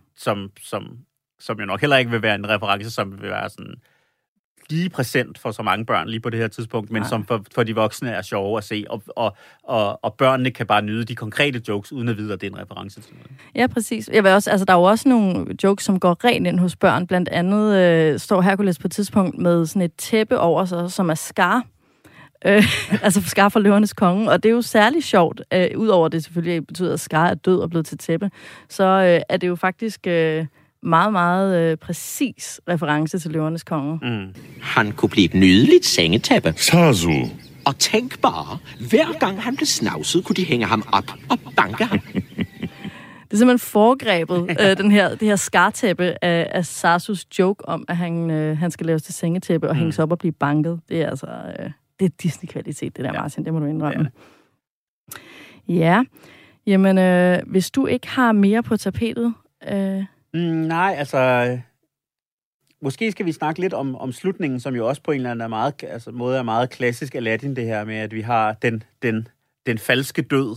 Som jo nok heller ikke vil være en reference, som vil være sådan lige præsent for så mange børn lige på det her tidspunkt, men som for de voksne er sjove at se, og børnene kan bare nyde de konkrete jokes, uden at vide, at det er en reference til noget. Ja, præcis. Jeg vil også, altså, der er jo også nogle jokes, som går rent ind hos børn. Blandt andet står Hercules på et tidspunkt med sådan et tæppe over sig, som er Scar. Altså Scar fra Løvernes Konge, og det er jo særlig sjovt. Udover det selvfølgelig betyder, at Scar er død og blevet til tæppe, så er det jo faktisk... meget, meget præcis reference til Løvernes Konge. Han kunne blive et nydeligt sengetæppe. Sazu. Og tænk bare, hver gang han blev snavset, kunne de hænge ham op og banke ham. Det er simpelthen foregrebet, det her skartæppe af Sasus joke om, at han skal laves til sengetæppe og hænges op og blive banket. Det er altså det er Disney-kvalitet, det der, Martin. Det må du indrømme. Ja. Jamen, hvis du ikke har mere på tapetet... Nej, altså... Måske skal vi snakke lidt om slutningen, som jo også på en eller anden måde er meget klassisk Aladdin, det her med, at vi har den falske død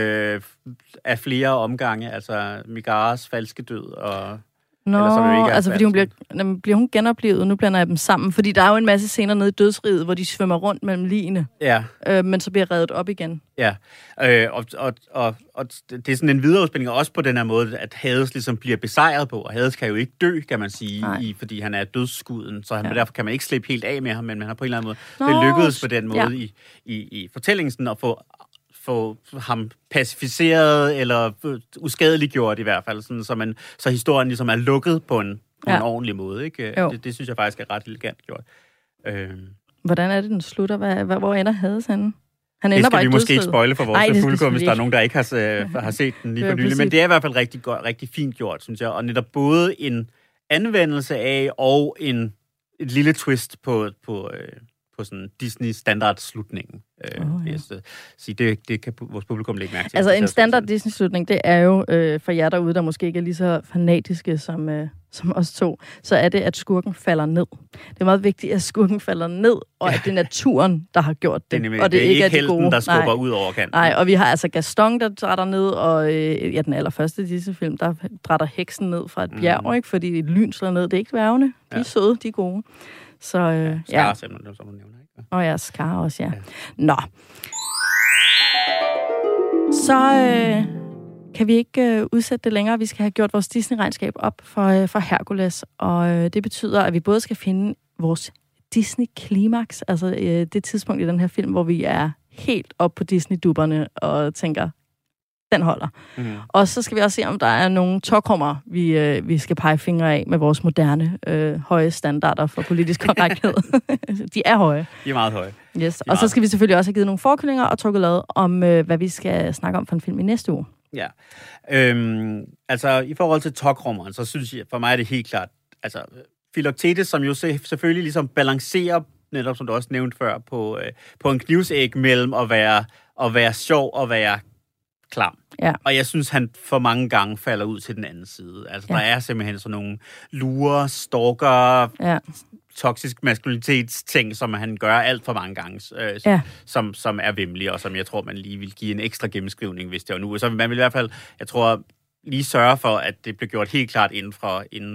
af flere omgange, altså Megaras falske død og... Altså fordi bliver hun genoplevet, nu blander jeg dem sammen, fordi der er jo en masse scener nede i dødsriget, hvor de svømmer rundt mellem ligene, men så bliver reddet op igen. Ja, og det er sådan en videreudspilning også på den her måde, at Hades ligesom bliver besejret på, og Hades kan jo ikke dø, kan man sige, fordi han er dødsskuden, så derfor kan man ikke slippe helt af med ham, men man har på en eller anden måde, det lykkedes på den måde i fortællingen at få ham pacificeret eller uskadeliggjort i hvert fald, sådan, så historien ligesom er lukket på en ordentlig måde. Ikke? Det synes jeg faktisk er ret elegant gjort. Hvordan er det, den slutter? Hvor ender Hades henne? Det skal vi måske ikke spoile for vores fuldkom, hvis der er nogen, der ikke har set den lige for nylig. Men det er i hvert fald rigtig fint gjort, synes jeg. Og netop både en anvendelse af og et lille twist på sådan Disney-standard-slutningen. Det kan vores publikum lægge mærke til. Altså en standard Disney-slutning, det er jo for jer derude, der måske ikke er lige så fanatiske som os to, så er det, at skurken falder ned. Det er meget vigtigt, at skurken falder ned, og at det er naturen, der har gjort det. Og det er ikke helten, der skubber ud over kanten. Nej, og vi har altså Gaston, der drætter ned, og den allerførste Disney-film, der drætter heksen ned fra et bjerg, ikke? Fordi et lyn slår ned. Det er ikke dværgene. De er søde, de er gode. Så Scar simpelthen, som du nævner, ikke? Og ja, Scar også, ja. Nå. Så kan vi ikke udsætte det længere. Vi skal have gjort vores Disney-regnskab op for Hercules, og det betyder, at vi både skal finde vores Disney-klimaks, altså det tidspunkt i den her film, hvor vi er helt op på Disney-dubberne og tænker, den holder. Og så skal vi også se, om der er nogle tokrummer, vi skal pege fingre af med vores moderne, høje standarder for politisk korrekthed. De er høje. De er meget høje. Yes. Og så skal vi selvfølgelig også have givet nogle forkyllinger og trukket lad om, hvad vi skal snakke om for en film i næste uge. Ja. Altså, i forhold til tokrummeren, så synes jeg, for mig er det helt klart, altså, Philoctetes, som jo selvfølgelig ligesom balancerer, netop som du også nævnte før, på en knivsæg mellem at være sjov og være klam. Ja. Og jeg synes, han for mange gange falder ud til den anden side. Altså, der er simpelthen sådan nogle lurer, stalker, toksisk maskulinitetsting, som han gør alt for mange gange, som er vemmelige, og som jeg tror, man lige vil give en ekstra gennemskrivning, hvis det var nu. Så man vil i hvert fald, jeg tror, lige sørge for, at det bliver gjort helt klart inden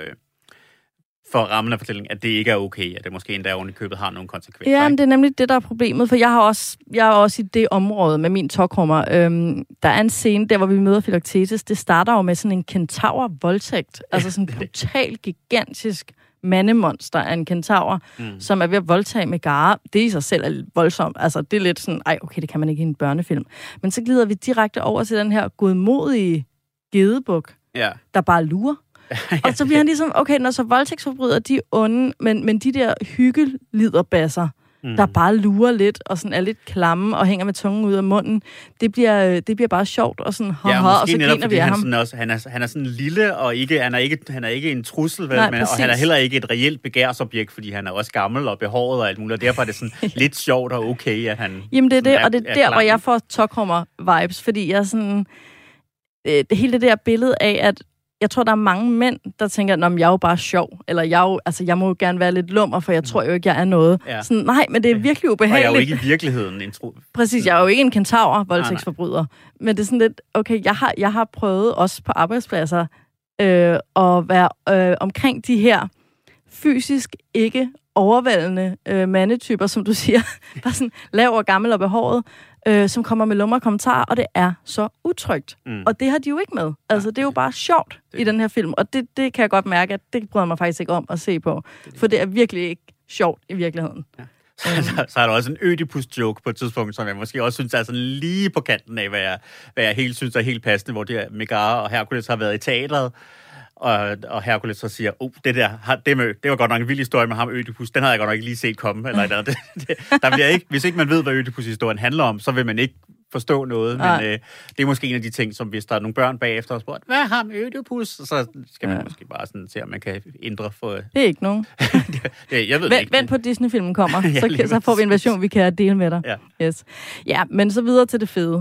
for rammen af fortællingen, at det ikke er okay, at det måske endda oven i købet har nogle konsekvenser. Ja, men det er nemlig det, der er problemet, for jeg er også i det område med min tokrummer. Der er en scene, der hvor vi møder Philoktetes, det starter jo med sådan en kentaur-voldtægt, altså sådan en brutal, gigantisk mandemonster af en kentaur, som er ved at voldtage Megara. Det i sig selv er voldsomt. Altså, det er lidt sådan, okay, det kan man ikke i en børnefilm. Men så glider vi direkte over til den her godmodige gedebuk, der bare lurer. Og så bliver han ligesom, okay, når så voldtægtsforbrydere, de er onde, men de der hyggeliderbasser, der bare lurer lidt, og sådan er lidt klamme, og hænger med tungen ud af munden, det bliver bare sjovt, og sådan, og så griner vi af ham. Han er sådan lille, og han er ikke en trussel, vel, og han er heller ikke et reelt begærsobjekt, fordi han er også gammel og behåret og alt muligt, og derfor er det sådan lidt sjovt og okay, at han... Jamen, det er det, og det er der, hvor jeg får Tokhrummer-vibes, fordi jeg sådan... hele det der billede af, at jeg tror, der er mange mænd, der tænker, at jeg er jo bare sjov, eller jeg må jo gerne være lidt lummer, for jeg tror jo ikke, jeg er noget. Ja. Sådan, nej, men det er virkelig ubehageligt. Og jeg er jo ikke i virkeligheden en tro. Præcis, jeg er jo ikke en kentaur, voldtægtsforbryder. Men det er sådan lidt, okay, jeg har prøvet også på arbejdspladser at være omkring de her fysisk ikke overvældende mandetyper, som du siger, bare sådan lav og gammel og behåret, som kommer med lumre kommentarer, og det er så utrygt. Og det har de jo ikke med. Altså, det er jo bare sjovt i den her film, og det kan jeg godt mærke, at det bryder mig faktisk ikke om at se på, for det er virkelig ikke sjovt i virkeligheden. Ja. Så er der også en Ødipus-joke på et tidspunkt, som jeg måske også synes er sådan lige på kanten af, hvad jeg helt synes er helt passende, hvor det Megara og Hercules har været i teatret, og Hercules så siger, det var godt nok en vild historie med ham Ødipus, den havde jeg godt nok ikke lige set komme, eller der bliver ikke, hvis ikke man ved, hvad Ødipus-historien handler om, så vil man ikke forstå noget, men det er måske en af de ting, som hvis der er nogle børn bagefter og spurgt, hvad er ham Ødipus? Så skal man måske bare sådan se, om man kan ændre for... Det er ikke nogen. Jeg ved ikke. Vent på, Disney-filmen kommer, så får vi en version, vi kan dele med dig. Ja. Yes. Ja, men så videre til det fede.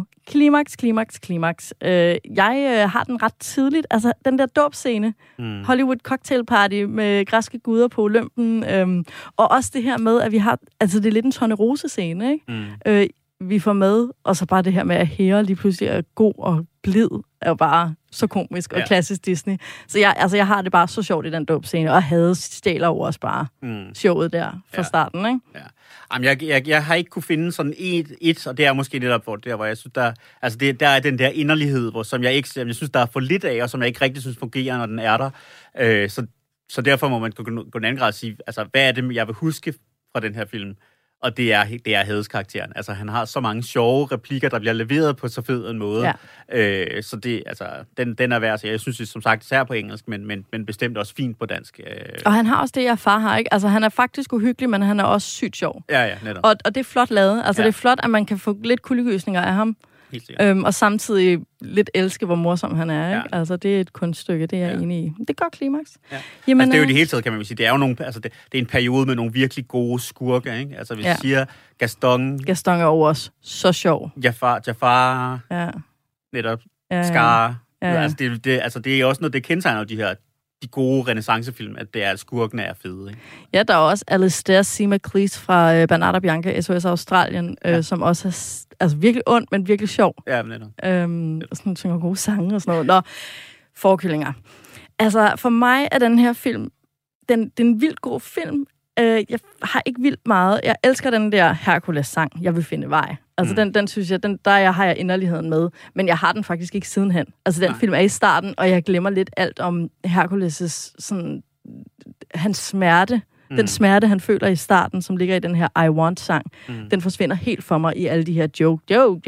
Klimaks. Jeg har den ret tidligt. Altså, den der dåbscene. Hollywood Cocktail Party med græske guder på Olympen. Og også det her med, at vi har... Altså, det er lidt en Tornerose-scene, ikke? Vi får med, og så bare det her med, at Hera lige pludselig er god og blid, er jo bare så komisk og klassisk Disney. Så jeg har det bare så sjovt i den dåbscene, og havde stjæler over os bare showet der fra starten, ikke? Ja. Jamen, jeg har ikke kunne finde sådan et, og det er måske netop hvor jeg synes, der er den der inderlighed, som jeg synes, der er for lidt af, og som jeg ikke rigtig synes fungerer, når den er der. Så derfor må man gå den anden grad og sige, altså, hvad er det, jeg vil huske fra den her film? Og det er Hades-karakteren. Altså, han har så mange sjove replikker, der bliver leveret på så fed en måde. Ja. Så det, altså, den er værd. Jeg synes, det som sagt især på engelsk, men bestemt også fint på dansk. Og han har også det, jeg far har, ikke? Altså, han er faktisk uhyggelig, men han er også sygt sjov. Ja, netop. Og det er flot lavet. Altså, det er flot, at man kan få lidt kuldegysninger af ham. Og samtidig lidt elske, hvor morsom han er, ikke? Altså, det er et kunststykke, det er jeg enig i. Det går klimaks. Ja. Jamen, altså, det er jo det hele taget, kan man sige. Det er jo nogle, altså, det er en periode med nogle virkelig gode skurke, ikke? Altså, hvis vi siger Gaston er over os. Så sjov. Jafar. Ja. Netop. Scar. Ja. Altså, det er også noget, det kendetegner de gode renaissancefilm, at det er, at skurkene er fede, ikke? Ja, der er også Alistair C. McLeish fra Bernardo Bianca, SOS Australien, som også er virkelig ond, men virkelig sjov. Ja, netop. Sådan synger gode sange og sådan noget. Forkyllinger. Altså, for mig er den her film, det er en vildt god film. Jeg har ikke vildt meget. Jeg elsker den der Hercules-sang, Jeg vil finde vej. Altså, den synes jeg, har jeg inderligheden med. Men jeg har den faktisk ikke sidenhen. Altså, den film er i starten, og jeg glemmer lidt alt om Hercules' sådan, hans smerte. Den smerte, han føler i starten, som ligger i den her I Want-sang, den forsvinder helt for mig i alle de her joke.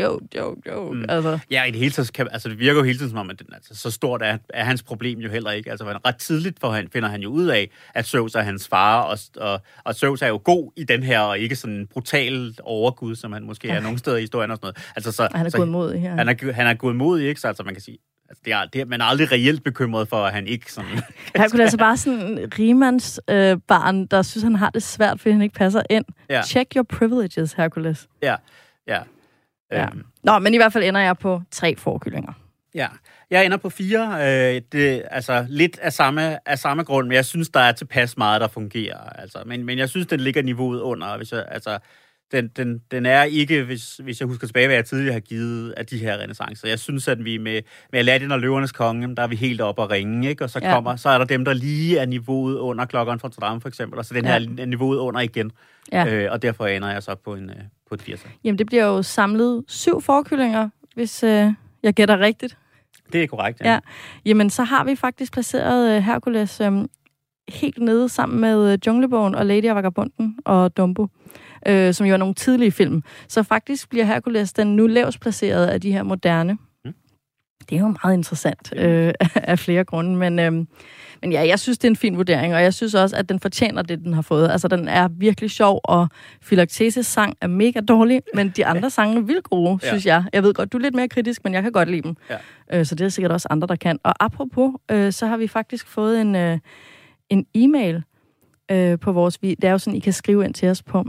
Altså. Ja, i det hele taget, det virker jo hele tiden som om, at så stort er hans problem jo heller ikke. Altså, ret tidligt finder han jo ud af, at Zeus er hans far, og Zeus er jo god i den her, og ikke sådan en brutal overgud, som han måske er nogle steder i historien og sådan noget. Altså, så han er godmodig her. Han er godmodig, ikke? Så altså, man kan sige, altså, man er aldrig reelt bekymret for, at han ikke sådan... Han kunne altså bare sådan en rimandsbarn, der synes, han har det svært, fordi han ikke passer ind. Ja. Check your privileges, Hercules. Ja. Ja. Nå, men i hvert fald ender jeg på 3 fårekyllinger. Ja, jeg ender på 4. Det altså lidt af samme grund, men jeg synes, der er tilpas meget, der fungerer. Altså, men jeg synes, den ligger niveauet under. Hvis jeg, altså, den er ikke, hvis jeg husker tilbage, hvad jeg tidligere har givet af de her renaissancer. Jeg synes, at vi med Aladdin og Løvernes Konge, der er vi helt oppe at ringe, ikke? Og så er der dem, der lige er niveauet under Klokkeren fra Notre Dame, for eksempel. Og så den her er niveauet under igen. Ja. Og derfor ender jeg så på et 80. Jamen, det bliver jo samlet 7 fårekyllinger, hvis jeg gætter rigtigt. Det er korrekt, ja. Jamen, så har vi faktisk placeret Hercules helt nede sammen med Junglebogen og Lady og Vagabunden og Dumbo, som jo er nogle tidlige film. Så faktisk bliver Hercules den nu lavest placeret af de her moderne. Det er jo meget interessant af flere grunde, men ja, jeg synes, det er en fin vurdering, og jeg synes også, at den fortjener det, den har fået. Altså, den er virkelig sjov, og Philoctetes sang er mega dårlig, men de andre sange er vildt gode, synes jeg. Jeg ved godt, du er lidt mere kritisk, men jeg kan godt lide dem. Ja. Så det er sikkert også andre, der kan. Og apropos, så har vi faktisk fået en e-mail på vores... Det er jo sådan, I kan skrive ind til os på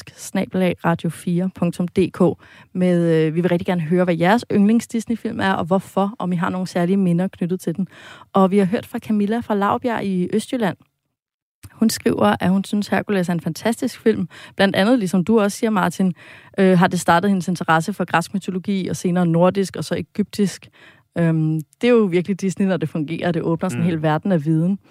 magisk@radio4.dk med... vi vil rigtig gerne høre, hvad jeres yndlings-Disney-film er, og hvorfor, om I har nogle særlige minder knyttet til den. Og vi har hørt fra Camilla fra Laubjerg i Østjylland. Hun skriver, at hun synes, Hercules er en fantastisk film. Blandt andet, ligesom du også siger, Martin, har det startet hendes interesse for græsk mytologi, og senere nordisk, og så egyptisk. Det er jo virkelig Disney, når det fungerer. Det åbner sådan en hel verden af viden.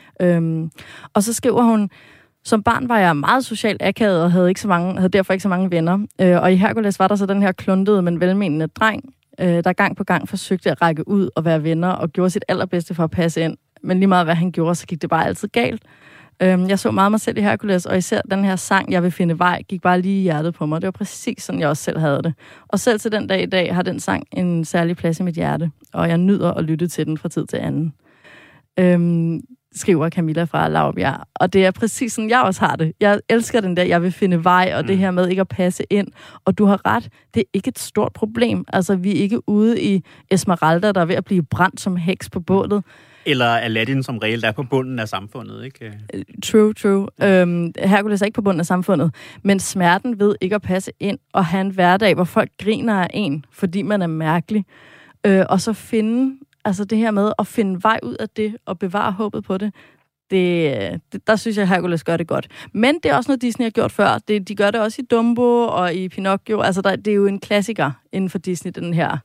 Og så skriver hun, som barn var jeg meget socialt akavet og havde derfor ikke så mange venner. Og i Hercules var der så den her kluntede, men velmenende dreng, der gang på gang forsøgte at række ud og være venner og gjorde sit allerbedste for at passe ind. Men lige meget hvad han gjorde, så gik det bare altid galt. Jeg så meget mig selv i Hercules, og især den her sang, Jeg vil finde vej, gik bare lige i hjertet på mig. Det var præcis sådan, jeg også selv havde det. Og selv til den dag i dag har den sang en særlig plads i mit hjerte, og jeg nyder at lytte til den fra tid til anden. Skriver Camilla fra Laubjerg. Og det er præcis sådan, jeg også har det. Jeg elsker den der, jeg vil finde vej, og det her med ikke at passe ind. Og du har ret, det er ikke et stort problem. Altså, vi er ikke ude i Esmeralda, der er ved at blive brændt som heks på bålet. Eller Aladdin, som regel er på bunden af samfundet, ikke? True. Hercules er ikke på bunden af samfundet. Men smerten ved ikke at passe ind og have en hverdag, hvor folk griner af en, fordi man er mærkelig. Og så finde... Altså det her med at finde vej ud af det, og bevare håbet på det, der synes jeg, at Hercules gør det godt. Men det er også noget, Disney har gjort før. De gør det også i Dumbo og i Pinocchio. Altså det er jo en klassiker inden for Disney, den her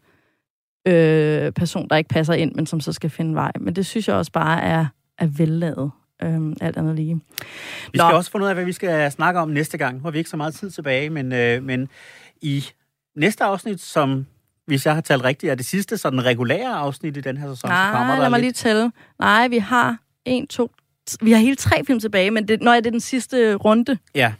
person, der ikke passer ind, men som så skal finde vej. Men det synes jeg også bare er velladet. Alt andet lige. Vi skal også finde ud af, hvad vi skal snakke om næste gang. Nu har vi ikke så meget tid tilbage, men i næste afsnit, som... Hvis jeg har talt rigtigt, er det sidste sådan regulære afsnit i den her sæson? Nej, lad mig lige tælle. Nej, vi har 1, 2... Vi har hele 3 film tilbage, men det er den sidste runde. Ja.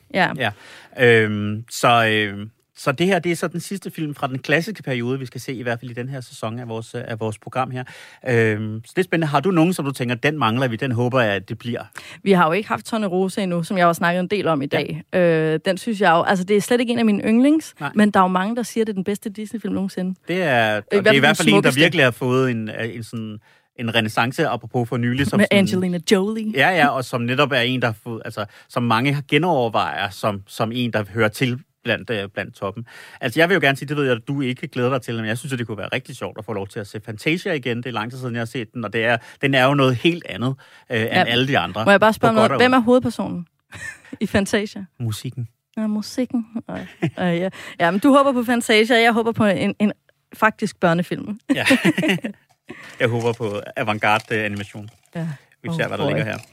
Så det her, det er så den sidste film fra den klassiske periode, vi skal se i hvert fald i den her sæson af vores program her. Så det er spændende. Har du nogen, som du tænker, den mangler vi, den håber jeg, at det bliver? Vi har jo ikke haft Tornerose endnu, som jeg har snakket en del om i dag. Den synes jeg jo, altså det er slet ikke en af mine yndlings, men der er jo mange, der siger, at det er den bedste Disney-film nogensinde. Det er i hvert fald en, der virkelig har fået en renaissance, apropos for nylig. Som med Angelina Jolie. Ja, og som netop er en, der har fået, altså, som mange genovervejer som en, der hører til blandt toppen. Altså, jeg vil jo gerne sige, det ved jeg, at du ikke glæder dig til, men jeg synes, at det kunne være rigtig sjovt at få lov til at se Fantasia igen. Det er lang tid siden, jeg har set den, og den er jo noget helt andet end alle de andre. Må jeg bare spørge noget? Hvem er hovedpersonen i Fantasia? Musikken. Ja, musikken. Ja, men du håber på Fantasia, jeg håber på en faktisk børnefilm. Ja. Jeg håber på avantgarde animation. Ja. Vi ser, hvad der ligger her.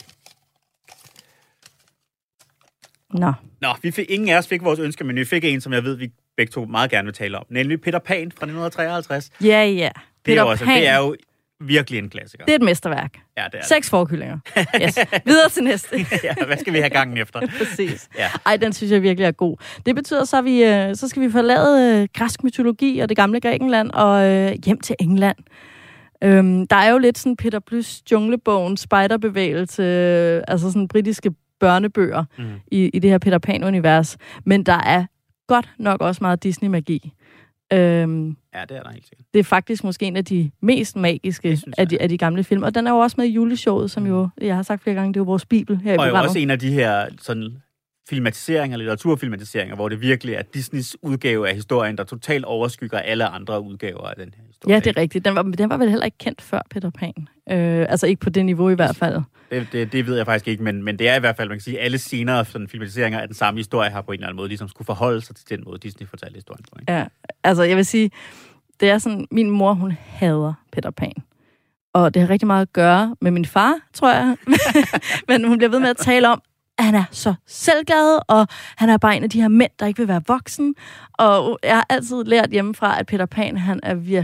Nå, ingen af os fik vores ønske, men vi fik en, som jeg ved, vi begge to meget gerne vil tale om. Nemlig Peter Pan fra 1953. Ja. Det er jo virkelig en klassiker. Det er et mesterværk. Ja, det er 6 forkyllinger. Yes. Videre til næste. Ja, hvad skal vi have gangen efter? Præcis. Ja. Ej, den synes jeg virkelig er god. Det betyder så skal vi forlade græsk mytologi og det gamle Grækenland og hjem til England. Der er jo lidt sådan Peter Plys Junglebogen, spejderbevægelse, altså sådan britiske børnebøger i det her Peter Pan-univers. Men der er godt nok også meget Disney-magi. Ja, det er der helt sikkert. Det er faktisk måske en af de mest magiske af de gamle film. Og den er jo også med i juleshowet, som jo, jeg har sagt flere gange, det er jo vores bibel her i programmet. Og jo også en af de her sådan filmatiseringer, litteraturfilmatiseringer, hvor det virkelig er Disneys udgave af historien, der totalt overskygger alle andre udgaver af den her historie. Ja, det er rigtigt. Den var vel heller ikke kendt før Peter Pan. Altså ikke på det niveau i hvert fald. Det ved jeg faktisk ikke, men det er i hvert fald, man kan sige, alle senere sådan, filmatiseringer af den samme historie har på en eller anden måde ligesom skulle forholde sig til den måde, Disney fortalte historien på. Ikke? Ja, altså jeg vil sige, det er sådan, min mor, hun hader Peter Pan. Og det har rigtig meget at gøre med min far, tror jeg. Men hun bliver ved med at tale om, at han er så selvglad, og han er bare en af de her mænd, der ikke vil være voksen. Og jeg har altid lært hjemmefra, at Peter Pan, han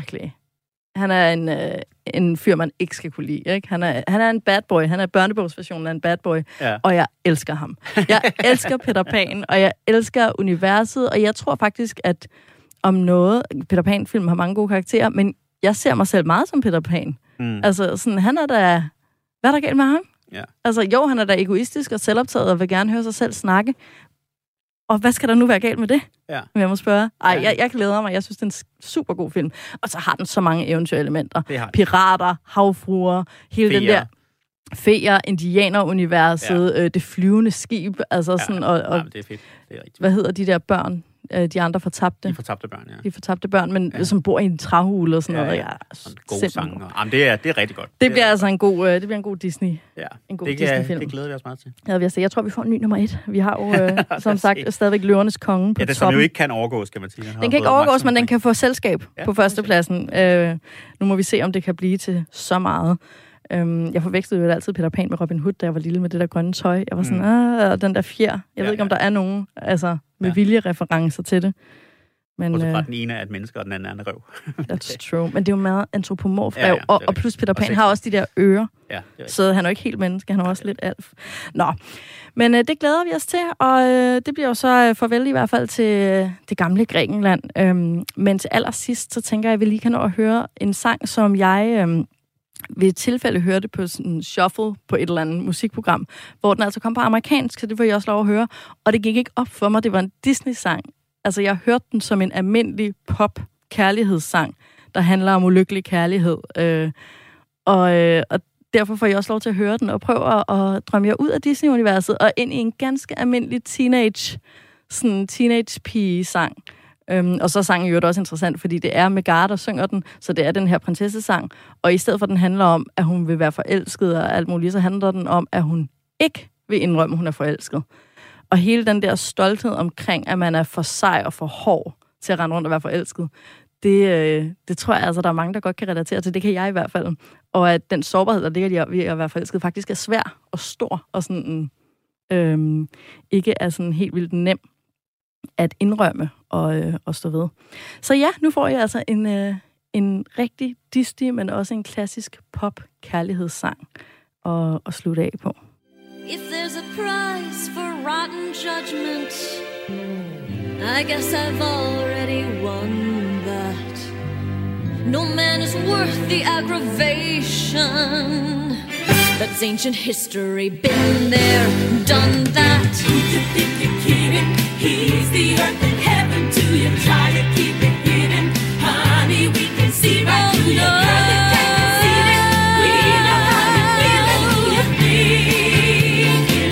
er en fyr, man ikke skal kunne lide. Ikke? Han er en bad boy. Han er børnebogsversionen af en bad boy. Ja. Og jeg elsker ham. Jeg elsker Peter Pan, og jeg elsker universet. Og jeg tror faktisk, at om noget... Peter Pan-film har mange gode karakterer, men jeg ser mig selv meget som Peter Pan. Altså, sådan, han er da... Hvad er der galt med ham? Ja. Altså, jo, han er da egoistisk og selvoptaget og vil gerne høre sig selv snakke. Og hvad skal der nu være galt med det? Ja. Jeg må spørge. Jeg glæder mig. Jeg synes, det er en super god film. Og så har den så mange eventyrelementer. Pirater, havfruer, hele den der feer, indianeruniverset, det flyvende skib. Altså sådan, og det er fedt. Det er hvad hedder de der børn? De andre fortabte. De fortabte børn, ja. De fortabte børn, men som bor i en træhule og sådan noget. Ja, gode sange. Jamen, det er rigtig godt. Det bliver altså en god Disney. Ja. En god Disney-film. Det glæder vi os meget til. Jeg tror, vi får en ny nummer 1. Vi har jo, som sagt, stadigvæk Løvernes Konge på toppen. Som jo ikke kan overgås, kan man sige. Den kan ikke overgås, men den kan få selskab på førstepladsen. Nu må vi se, om det kan blive til så meget. Jeg forvekslede jo altid Peter Pan med Robin Hood, da jeg var lille med det der grønne tøj. Jeg var sådan, og den der fjer. Jeg ved ikke, om der er nogen med viljereferencer til det. Men, og så fra den ene er et menneske, og den anden er en røv. That's true. Men det er jo meget antropomorf rev. Og plus Peter Pan har også de der ører. Ja, så han er jo ikke helt menneske, han er også lidt alf. Nå, men det glæder vi os til, og det bliver jo så farvel i hvert fald til det gamle Grækenland. Men til allersidst, så tænker jeg, at vi lige kan nå at høre en sang, som jeg... ved et tilfælde hørte på sådan en shuffle på et eller andet musikprogram, hvor den altså kom på amerikansk, så det får jeg også lov at høre. Og det gik ikke op for mig, det var en Disney-sang. Altså, jeg hørte den som en almindelig pop-kærlighedssang, der handler om ulykkelig kærlighed. Og derfor får jeg også lov til at høre den, og prøve at drømme jer ud af Disney-universet, og ind i en ganske almindelig teenage-pige-sang. Og så er sangen jo også interessant, fordi det er Megara, der synger den, så det er den her prinsessesang. Og i stedet for, at den handler om, at hun vil være forelsket og alt muligt, så handler den om, at hun ikke vil indrømme, at hun er forelsket. Og hele den der stolthed omkring, at man er for sej og for hård til at rende rundt og være forelsket, det tror jeg altså, der er mange, der godt kan relatere til. Det kan jeg i hvert fald. Og at den sårbarhed, der ligger ved at være forelsket, faktisk er svær og stor, og sådan, ikke er sådan helt vildt nem at indrømme og stå ved. Så ja, nu får jeg altså en rigtig Disney, men også en klassisk pop-kærlighedssang at slutte af på. If there's a price for rotten judgment, I guess I've already won that. No man is worth the aggravation. That's ancient history, been there, done that. Who you think you're kidding? He's the earth and heaven to you. Try to keep it hidden, honey. We can see right through you, girl. You can't conceive it. We know how you feel and who you're thinking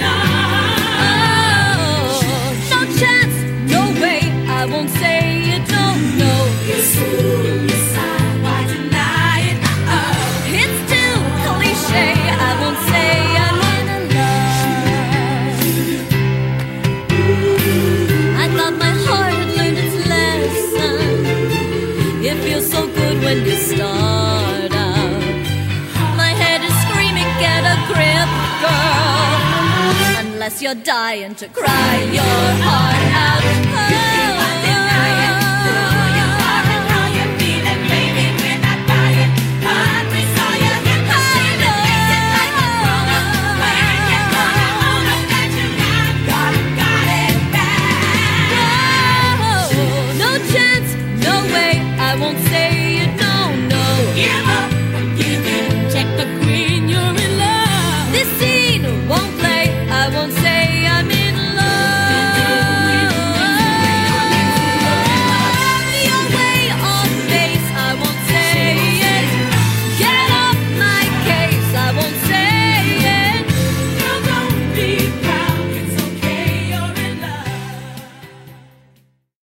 of. No chance, no way. I won't say you don't know. You suicide, why deny it? It's too cliche. I won't say I'm in love. I thought my heart had learned its lesson. It feels so good when you start out. My head is screaming, get a grip, girl. Unless you're dying to cry your heart out.